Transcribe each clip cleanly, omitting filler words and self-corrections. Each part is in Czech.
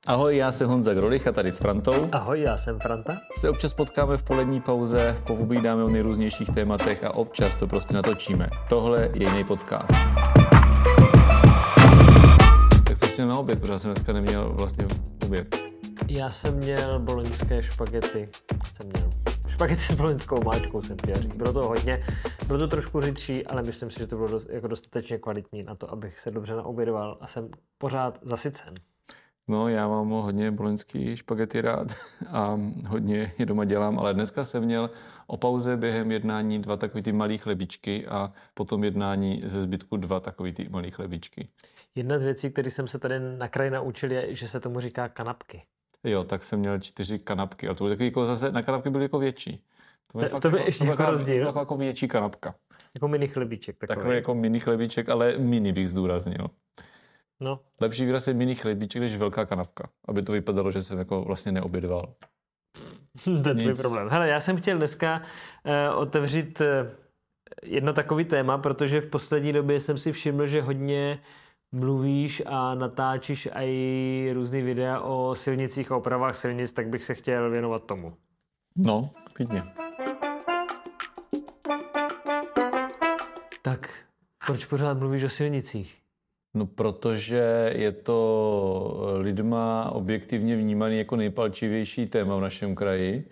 Ahoj, já jsem Honza Grolich a tady s Frantou. Ahoj, já jsem Franta. Se občas potkáme v polední pauze, popovídáme o nejrůznějších tématech a občas to prostě natočíme. Tohle je jiný podcast. Tak co jsi měl na oběd, protože jsem dneska neměl vlastně oběd. Já jsem měl boloňské špagety. Špagety s boloňskou máčkou jsem chtěl říct. Bylo to hodně, bylo to trošku řidší, ale myslím si, že to bylo dostatečně kvalitní na to, abych se dobře naobědoval a jsem pořád zasycen. No, já mám hodně boloňský špagety rád a hodně je doma dělám, ale dneska jsem měl o pauze během jednání 2 takový ty malý chlebičky a potom jednání ze zbytku 2 takový ty malý chlebičky. Jedna z věcí, které jsem se tady na kraji naučil, je, že se tomu říká kanapky. Jo, tak jsem měl 4 kanapky, ale to byly takový jako zase, na kanapky byly jako větší. To by ještě jako rozdíl. To jako větší kanapka. Jako mini chlebíček. Takový jako mini chlebíček, ale mini bych zdůraznil. No. Lepší výraz je mini chlebíček, než velká kanapka, aby to vypadalo, že jsem jako vlastně neobědval. To je tvůj problém. Hele, já jsem chtěl dneska otevřít jedno takový téma, protože v poslední době jsem si všiml, že hodně mluvíš a natáčíš i různý videa o silnicích a opravách silnic, tak bych se chtěl věnovat tomu. No, klidně. Tak, proč pořád mluvíš o silnicích? No, protože je to lidma objektivně vnímaný jako nejpalčivější téma v našem kraji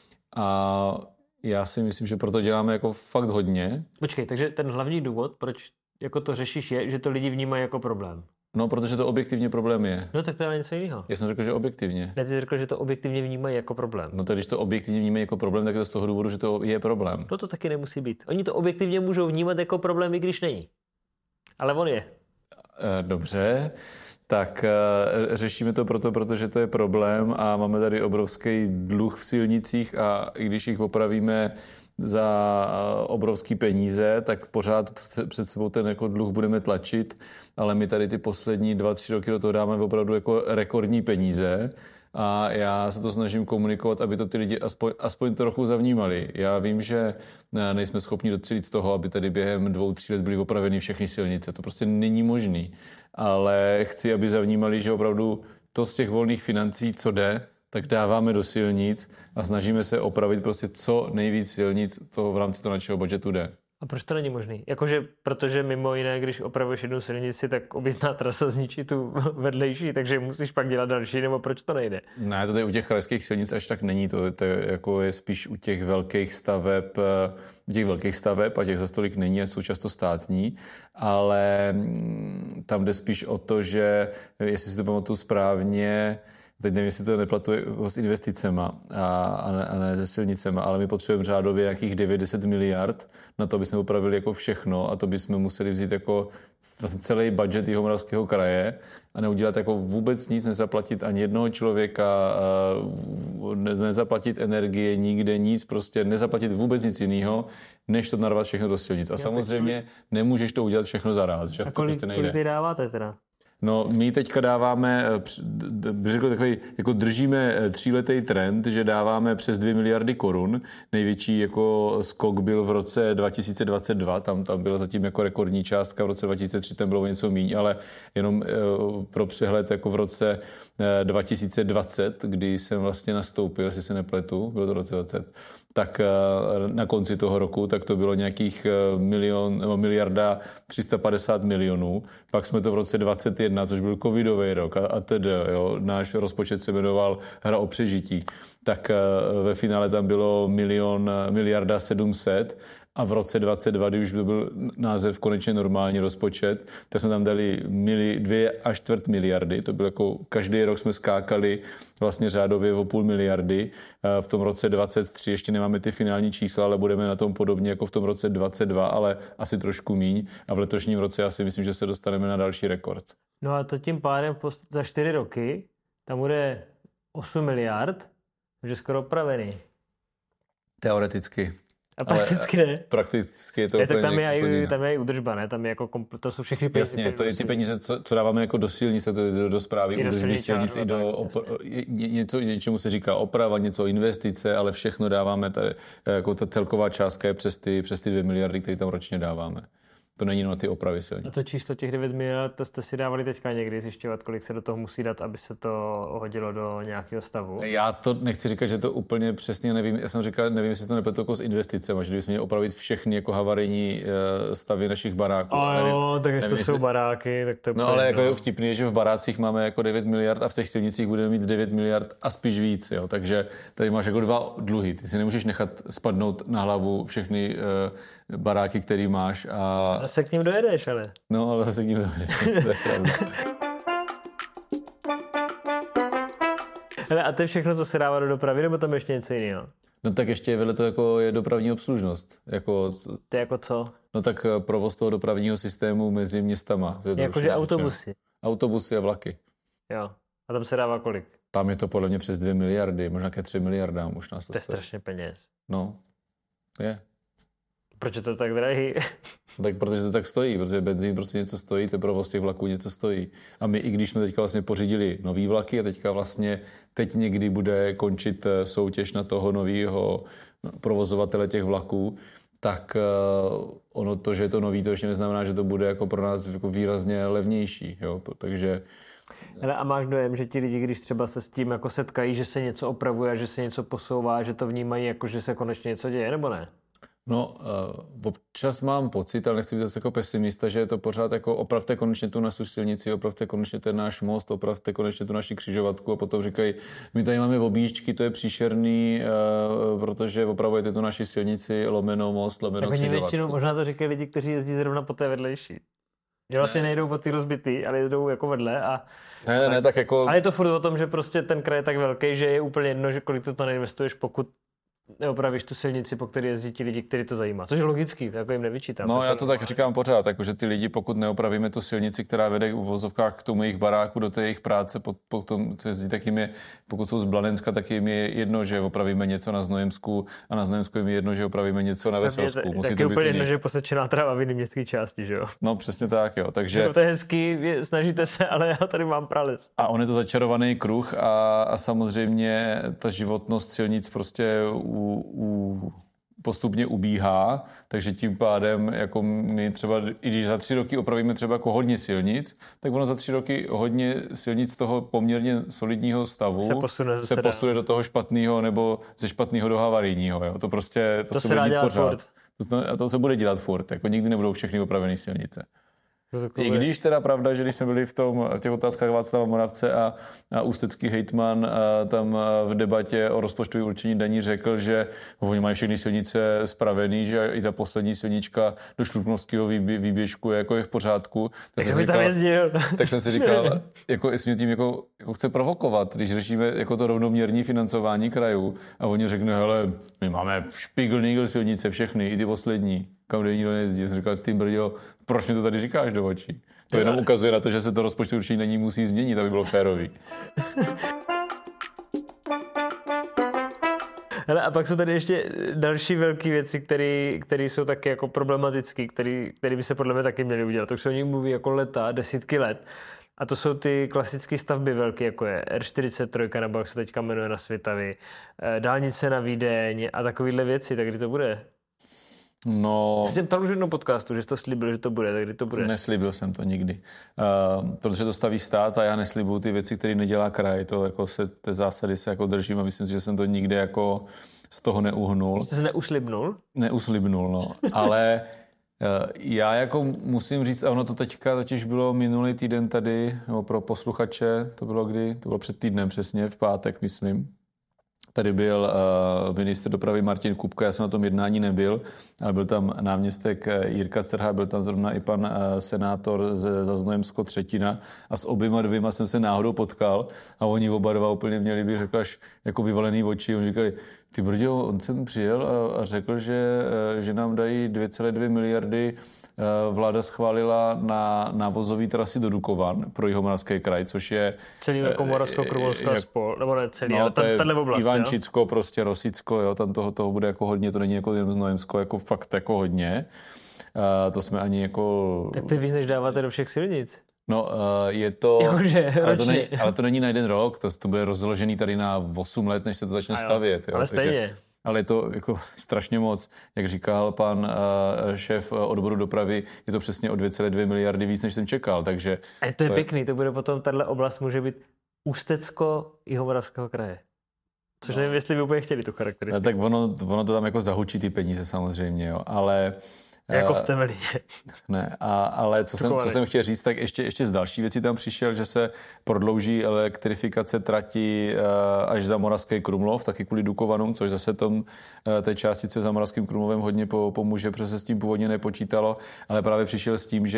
a já si myslím, že proto děláme jako fakt hodně. Počkej, takže ten hlavní důvod, proč jako to řešíš, je, že to lidi vnímají jako problém. No, protože to objektivně problém je. No, tak to je něco jiného. Já jsem řekl, že objektivně. Ne, ty jsi řekl, že to objektivně vnímají jako problém. No, tak když to objektivně vnímají jako problém, tak je to z toho důvodu, že to je problém. No, to taky nemusí být. Oni to objektivně můžou vnímat jako problém, i když není. Ale on je. Dobře, tak řešíme to protože to je problém a máme tady obrovský dluh v silnicích a i když jich opravíme za obrovský peníze, tak pořád před sebou ten jako dluh budeme tlačit, ale my tady ty poslední 2-3 roky do toho dáme opravdu jako rekordní peníze a já se to snažím komunikovat, aby to ty lidi aspoň trochu zavnímali. Já vím, že nejsme schopni docílit toho, aby tady během 2-3 let byly opraveny všechny silnice. To prostě není možný. Ale chci, aby zavnímali, že opravdu to z těch volných financí, co jde, tak dáváme do silnic a snažíme se opravit prostě co nejvíc silnic to v rámci toho našeho budžetu jde. A proč to není možný? Jakože, protože mimo jiné, když opravuješ jednu silnici, tak objízdná trasa zničí tu vedlejší, takže musíš pak dělat další, nebo proč to nejde? Ne, to tady u těch krajských silnic až tak není. To je spíš u těch velkých staveb, a těch za stolik není a jsou často státní, ale tam jde spíš o to, že jestli si to pamatuju správně, teď nevím, jestli to neplatuje s investicema a ne se silnicema, ale my potřebujeme řádově nějakých 9-10 miliard na to, aby jsme opravili jako všechno a to bychom museli vzít jako vlastně celý budget Jihomoravského kraje a neudělat jako vůbec nic, nezaplatit ani jednoho člověka, nezaplatit energie, nikde nic, prostě nezaplatit vůbec nic jiného, než to narvat všechno do silnic. A samozřejmě nemůžeš to udělat všechno zaráz, že? A kolik ty dáváte teda? No, my teďka dáváme, řekl takový, jako držíme 3letý trend, že dáváme přes 2 miliardy korun. Největší jako skok byl v roce 2022, tam byla zatím jako rekordní částka, v roce 2003 tam bylo něco míň, ale jenom pro přehled jako v roce 2020, kdy jsem vlastně nastoupil, jestli se nepletu, bylo to v roce 20, tak na konci toho roku, tak to bylo nějakých miliarda 350 milionů. Pak jsme to v roce 2021, což byl covidový rok a tedy, jo, náš rozpočet se jmenoval Hra o přežití. Tak ve finále tam bylo miliarda 700 a v roce 2022, kdy už byl název konečně normální rozpočet, tak jsme tam dali 2,25 miliardy. To bylo jako každý rok jsme skákali vlastně řádově o 0,5 miliardy. V tom roce 2023 ještě nemáme ty finální čísla, ale budeme na tom podobně jako v tom roce 2022, ale asi trošku míň. A v letošním roce já si myslím, že se dostaneme na další rekord. No a to tím pádem za 4 roky tam bude 8 miliard, že skoro opravený. Teoreticky. A prakticky ne. Prakticky je to ne, úplně... Tam je i údržba, ne? Tam je jako to jsou všechny peníze. Jasně, to je ty peníze, co dáváme jako do silnice, do správy, údržby silnic, i do něčemu se říká oprava, něco investice, ale všechno dáváme tady, jako ta celková částka je přes ty 2 miliardy, které tam ročně dáváme. To není na ty opravy silnic. A to číslo těch 9 miliard, to jste si dávali teďka někdy zjišťovat, kolik se do toho musí dát, aby se to hodilo do nějakého stavu? Já to nechci říkat, že to úplně přesně nevím. Já jsem říkal, nevím, jestli to nepletu jako s investicemi, že kdybychom měli opravit všechny jako havarijní stavy našich baráků. A jo, tak jestli to jsou baráky, tak to no ale jako vtipný je, že v barácích máme jako 9 miliard a v těch silnicích budeme mít 9 miliard a spíš víc, jo. Takže tady máš jako 2 dluhy. Ty si nemůžeš nechat spadnout na hlavu všechny baráky, který máš a... Zase k ním dojedeš, ale. No, ale zase k ním dojedeš, to je pravda. Hele, a to je všechno, co se dává do dopravy, nebo tam ještě něco jiného? No tak ještě vedle to jako je dopravní obslužnost. To je jako co? No tak provoz toho dopravního systému mezi městama. Jakože autobusy. Autobusy a vlaky. Jo. A tam se dává kolik? Tam je to podle mě přes 2 miliardy, možná ke 3 miliardám už nás to je strašně peněz. No, je. Proč je to tak drahý? Tak protože to tak stojí, protože benzín prostě něco stojí, ten provoz těch vlaků něco stojí. A my, i když jsme teďka vlastně pořídili nový vlaky a teďka vlastně teď někdy bude končit soutěž na toho nového provozovatele těch vlaků, tak ono to, že je to nový, to ještě neznamená, že to bude jako pro nás jako výrazně levnější. Jo? Takže... Hele, a máš dojem, že ti lidi, když třeba se s tím jako setkají, že se něco opravuje, že se něco posouvá, že to vnímají jako, že se konečně něco děje, nebo ne? No, občas mám pocit, ale nechci být zase jako pesimista, že je to pořád jako opravte konečně tu naši silnici, opravte konečně ten náš most, opravte konečně tu naši křižovatku a potom říkají, my tady máme objížďky, to je příšerný, protože opravujete tu naši silnici, lomeno most, lomeno křižovatku. Tak většinou možná to říkají lidi, kteří jezdí zrovna po té vedlejší. Že vlastně nejdou po ty rozbitý, ale jezdou jako vedle a... Ne, tak jako... Ale je to furt o tom, že prostě ten kraj je tak velký, že je úplně jedno, že kolik to neinvestuješ, pokud neopravíš tu silnici, po které jezdí ti lidi, který to zajímá. Což je logický, jako jim nevyčítám. No, já to tak říkám pořád, jako, že ty lidi, pokud neopravíme tu silnici, která vede v uvozovkách k tomu jejich baráku, do té jejich práce, potom, co jezdí, tak jim je, pokud jsou z Blanenska, tak jim je jedno, že opravíme něco na Znojemsku a na Znojemsku jim je jedno, že opravíme něco na Veselsku. Tak je úplně jedno, že je posečená tráva v jiné městské části, že jo? No, přesně tak, jo. Takže... To je hezký, snažíte se, ale já tady mám prales. A on je to začarovaný kruh a samozřejmě ta životnost silnic prostě postupně ubíhá, takže tím pádem jako my třeba, i když za 3 roky opravíme třeba jako hodně silnic, tak ono za 3 roky hodně silnic toho poměrně solidního stavu se posune do toho špatného nebo ze špatného do havarijního. Jo. To prostě to se bude dít pořád. To se bude dělat furt. Jako nikdy nebudou všechny opravené silnice. I když teda pravda, že když jsme byli v těch otázkách Václava Moravce a ústecký hejtman tam v debatě o rozpočtovém určení daní řekl, že oni mají všechny silnice spravený, že i ta poslední silnička do Šluknovského výběžku je v pořádku. Tak jsem si říkal, jako jestli mě tím jako chce provokovat, když řešíme jako to rovnoměrné financování krajů a oni řeknou, hele, my máme špigl silnice všechny, i ty poslední. Kam nikdo nejezdí. Jsem říkal, ty brďo, proč mi to tady říkáš do očí? To jenom ukazuje na to, že se to rozpočtu určitě není musí změnit, aby bylo férový. Hele, a pak jsou tady ještě další velké věci, které jsou taky jako problematické, které by se podle mě taky měly udělat. To se o nich mluví jako leta, desítky let. A to jsou ty klasické stavby velké, jako je R43, nebo jak se teďka jmenuje na Svitavy, dálnice na Vídeň a takovéhle věci. Tak kdy to bude? No... Jsi tam už jednou podcastu, že jsi to slíbil, že to bude, tak kdy to bude? Neslíbil jsem to nikdy. Protože to staví stát a já neslibuju ty věci, které nedělá kraj. To jako ty zásady se jako držím a myslím si, že jsem to nikdy jako z toho neuhnul. Jste se neuslibnul? Neuslibnul, no. Ale já jako musím říct, a ono to teďka totiž bylo minulý týden tady, nebo pro posluchače, to bylo kdy? To bylo před týdnem přesně, v pátek, myslím. Tady byl ministr dopravy Martin Kupka, já jsem na tom jednání nebyl, ale byl tam náměstek Jirka Crha, byl tam zrovna i pan senátor za Znojemsko Třetina a s oběma dvěma jsem se náhodou potkal a oni oba dva úplně měli, bych řekl, až jako vyvalený oči. Oni říkali, ty brďo, on sem přijel a řekl, že nám dají 2,2 miliardy vláda schválila na návozové trasy do Dukovan pro Jihomoravský kraj, což je... Celý jako Moravsko-Krumlovská spol, nebo ne celý, ale tato oblast, Ivančicko, prostě Rosicko, jo, tam toho bude jako hodně, to není jako jen Znojemsko, jako fakt jako hodně. To jsme ani jako... Tak ty víc, než dáváte do všech silnic. No, je to... ale to není na jeden rok, to bude rozložený tady na 8 let, než se to začne stavět. Jo, ale stejně. ale je to jako strašně moc. Jak říkal pan šéf odboru dopravy, je to přesně o 2,2 miliardy víc, než jsem čekal. Takže a to je pěkný, to bude potom, tahle oblast může být Ústecko Jihomoravského kraje. Což nevím, jestli by úplně chtěli tu charakteristiku. Tak ono to tam jako zahučí ty peníze samozřejmě, jo, ale... Jako v Temelíně. Ne, ale co jsem chtěl říct, tak ještě z další věci tam přišel, že se prodlouží elektrifikace trati až za Moravský Krumlov, taky kvůli Dukovanům, což zase té části, co za Moravským Krumlovem hodně pomůže, protože se s tím původně nepočítalo, ale právě přišel s tím, že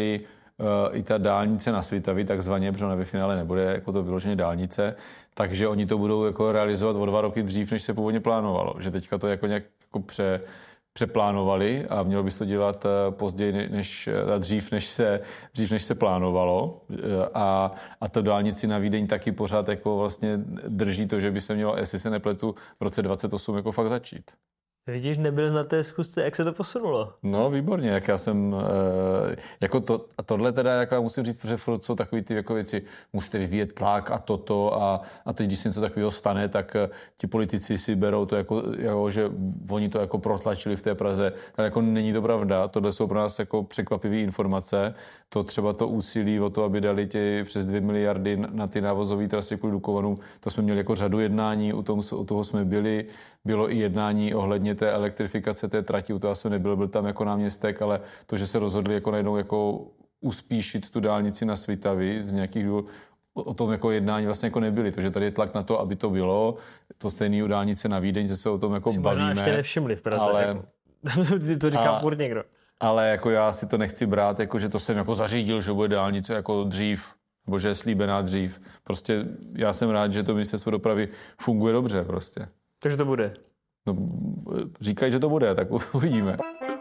i ta dálnice na Svitavy, takzvaně, protože ona ve finále nebude jako to vyloženě dálnice, takže oni to budou jako realizovat o 2 roky dřív, než se původně plánovalo. Že teďka to jako nějak jako přeplánovali a mělo by se to dělat později dřív, než se plánovalo. A to dálnici na Vídeň taky pořád jako vlastně drží to, že by se mělo, jestli se nepletu, v roce 2028 jako fakt začít. Vidíš, nebyl na té schůzce, jak se to posunulo. No, výborně, jak já jsem, jako tohle teda, jako já musím říct, protože furt jsou takový ty jako věci, musíte vyvíjet tlak a toto a teď, když se něco takového stane, tak ti politici si berou to jako, že oni to jako protlačili v té Praze, ale jako není to pravda, tohle jsou pro nás jako překvapivé informace, to třeba to úsilí o to, aby dali přes 2 miliardy na ty návozové trasy kvůli Dukovanům, to jsme měli jako řadu jednání, u toho jsme byli, bylo i jednání ohledně té elektrifikace té trati, u toho jsem nebyl, byl tam jako náměstek, ale to, že se rozhodli jako najednou jako uspíšit tu dálnici na Svitavy z nějakých důvodů, o tom jako jednání vlastně jako nebyli, takže tady je tlak na to, aby to bylo, to stejný u dálnice na Vídeň, že se o tom jako bavíme. Možná ještě nevšimli v Praze, ale, jako. To říká furt někdo. Ale jako já si to nechci brát, jako že to jsem jako zařídil, že bude dálnice jako dřív, nebo že je slíbená dřív. Prostě já jsem rád, že to ministerstvo dopravy funguje dobře prostě. Takže to bude. No, říkají, že to bude, tak uvidíme.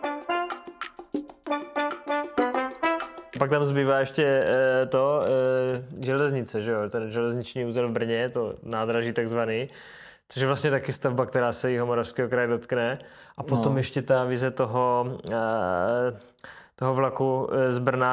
Pak tam zbývá ještě železnice, že jo? Ten železniční úzel v Brně, to nádraží takzvaný, což je vlastně taky stavba, která se Jihomoravského kraje dotkne. A potom ještě ta vize toho vlaku z Brna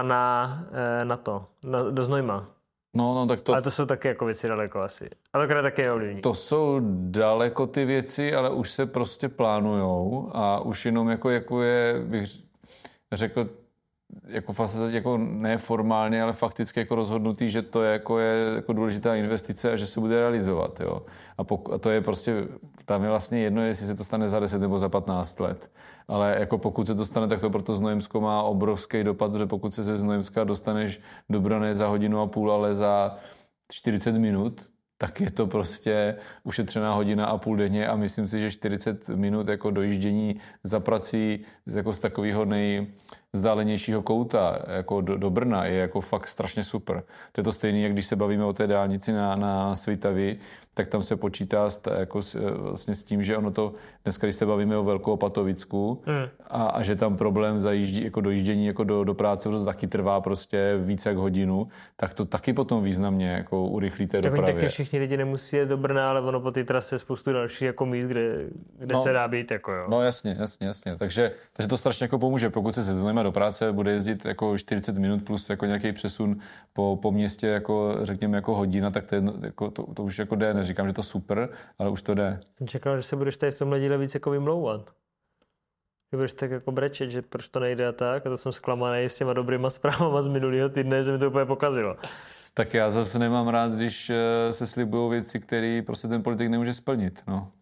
do Znojma. No, tak to... Ale to jsou taky jako věci daleko asi. A to kraj taky je ovlivní. To jsou daleko ty věci, ale už se prostě plánujou a už jenom jako je, bych řekl, jako neformálně, ale fakticky jako rozhodnutý, že to je jako důležitá investice a že se bude realizovat. Jo. A to je prostě, tam je vlastně jedno, jestli se to stane za 10 nebo za 15 let. Ale jako pokud se to stane, tak to proto Znojemsko má obrovský dopad, protože pokud se ze Znojemska dostaneš do Brna za 1,5 hodiny, ale za 40 minut, tak je to prostě ušetřená 1,5 hodiny denně a myslím si, že 40 minut jako dojíždění za prací jako z takového nejvzdálenějšího kouta jako do Brna je jako fakt strašně super. To je to stejné, jak když se bavíme o té dálnici na Svitavy, tak tam se počítá vlastně s tím, že ono to, dneska, když se bavíme o Velkopatovicku a že tam problém jako dojíždění jako do práce, to taky trvá prostě více jak hodinu, tak to taky potom významně jako urychlí té dopravě. Taky všichni lidi nemusí jít do Brna, ale ono po té trase je spoustu dalších jako míst, kde se dá být. Jako jo. No jasně. Takže to strašně jako pomůže. Pokud se Znojma do práce bude jezdit jako 40 minut plus jako nějaký přesun po městě, jako řekněme jako hodina, tak to už jako jde. Neříkám, že to super, ale už to jde. Jsem čekal, že se budeš tady v tomhle díle víc jako vymlouvat. Že budeš tak jako brečet, že proč to nejde a tak. A to jsem zklamaný s těma dobrýma zprávama z minulého týdne, že se mi to úplně pokazilo. Tak já zase nemám rád, když se slibují věci, které prostě ten politik nemůže splnit.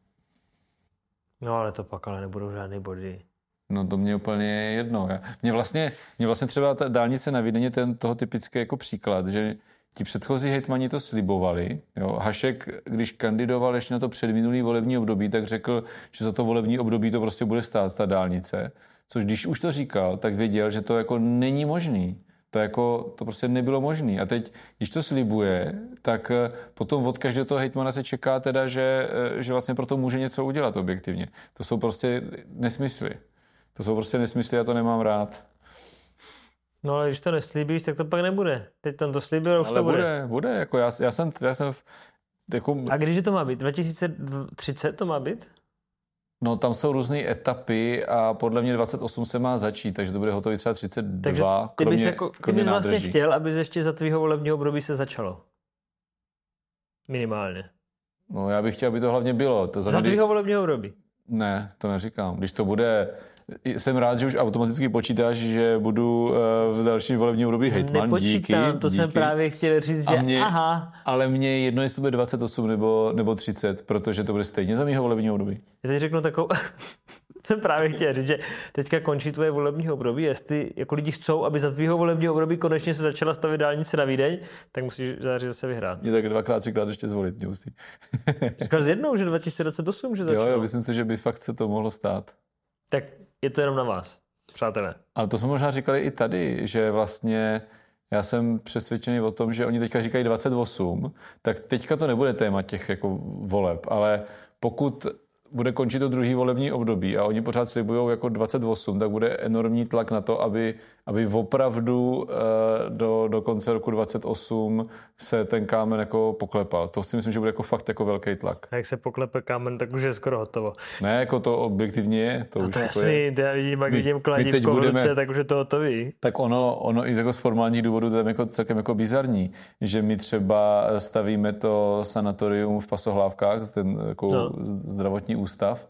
No ale to pak ale nebudou žádný body. No to mě úplně je jedno. Mně vlastně třeba ta dálnice na Vídeň je toho typický jako příklad, že ti předchozí hejtmani to slibovali. Jo. Hašek, když kandidoval ještě na to předminulý volební období, tak řekl, že za to volební období to prostě bude stát, ta dálnice. Což když už to říkal, tak věděl, že to jako není možný. To prostě nebylo možné. A teď, když to slibuje, tak potom od každého toho hejtmana se čeká teda, že vlastně proto může něco udělat objektivně. To jsou prostě nesmysly. Já to nemám rád. No ale když to neslíbíš, tak to pak nebude. Teď tam to slíbil, už ale to bude. Bude, jako já jsem jako... A když to má být? 2030 to má být? No tam jsou různé etapy a podle mě 28 se má začít, takže to bude hotový třeba 32, takže ty bys vlastně chtěl, aby ještě za tvýho volebního období se začalo. Minimálně. No já bych chtěl, aby to hlavně bylo. Za tvýho volebního období. Ne, to neříkám. Když to bude... Jsem rád, že už automaticky počítáš, že budu v dalším volebním období hejtman. Nepočítám, to jsem právě chtěl říct, že aha. Ale mně je jedno, jestli to bude 28 nebo 30, protože to bude stejně za mýho volebního období. Já teď řeknu takovou... jsem právě chtěl říct, že teďka končí tvoje volební období, jestli jako lidi chcou, aby za tvýho volebního období konečně se začala stavět dálnice na Vídeň, tak musíš září zase vyhrát. Je tak 2x, 3x ještě zvolit, mě musí. Říkal jsi jednou, že 2028, že začnou? Jo, myslím si, že by fakt se to mohlo stát. Tak je to jenom na vás, přátelé. Ale to jsme možná říkali i tady, že vlastně já jsem přesvědčený o tom, že oni teďka říkají 28, tak teďka to nebude téma těch jako voleb, ale pokud bude končit to druhý volební období a oni pořád slibujou jako 28, tak bude enormní tlak na to, aby opravdu do konce roku 28 se ten kámen jako poklepal. To si myslím, že bude jako fakt jako velký tlak. A jak se poklepe kámen, tak už je skoro hotovo. Ne, jako to objektivně je. To no už to jako jasný, já vidím kladívko v ruce, tak už je to hotový. Tak ono i jako z formálních důvodů to je jako celkem jako bizarní, že my třeba stavíme to sanatorium v Pasohlávkách, ten jako zdravotní ústav,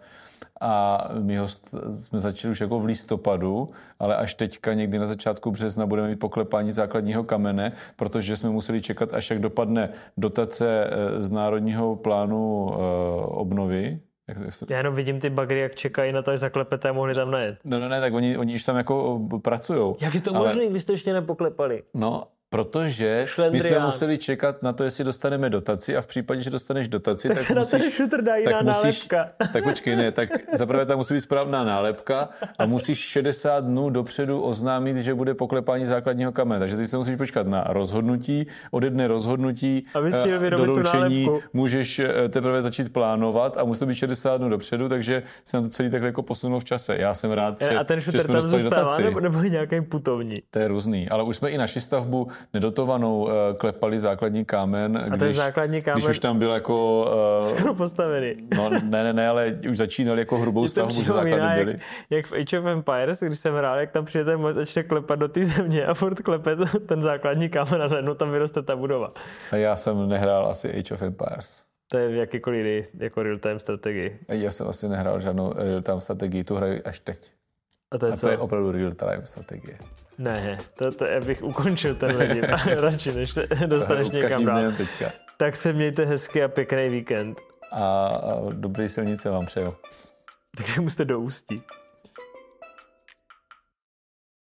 a my ho jsme začali už jako v listopadu, ale až teďka někdy na začátku března budeme mít poklepání základního kamene, protože jsme museli čekat, až jak dopadne dotace z Národního plánu obnovy. Já jenom vidím ty bagry, jak čekají na to, až zaklepete a mohli tam najet. Ne, tak oni už tam jako pracujou. Jak je to možné, vy jste ještě nepoklepali? No, protože my jsme museli čekat na to, jestli dostaneme dotaci a v případě, že dostaneš dotaci, tak se musíš, na ten šutr dá jiná nálepka. Tak počkej, ne, tak zaprvé tam musí být správná nálepka a musíš 60 dnů dopředu oznámit, že bude poklepání základního kamene. Takže ty se musíš počkat na rozhodnutí, ode dne rozhodnutí doručení můžeš teprve začít plánovat a musí to být 60 dnů dopředu, takže se na to celý takhle jako posunulo v čase. Já jsem rád, že jsme dostali dotaci. Nebo nějaký putovní. To je různý, ale už jsme i naši stavbu nedotovanou klepali základní kámen. A ten základní kámen... Když už tam byl jako... skoro postavený. No ne, ale už začínali jako hrubou stavbu, že základy byly. Jak v Age of Empires, když jsem hrál, jak tam přijde ten začne klepat do té země a furt klepe ten základní kámen a najednou tam vyroste ta budova. A já jsem nehrál asi Age of Empires. To je v jakýkoliv jako real-time strategii. Já jsem asi nehrál žádnou real-time strategii, tu hraju až teď. A to je opravdu real-time strategie. Ne, to já bych ukončil tenhle díl radši, než dostaneš někam dál. Tak se mějte hezky a pěkný víkend. A dobrý silnice vám přeju. Takže musíte do Ústí.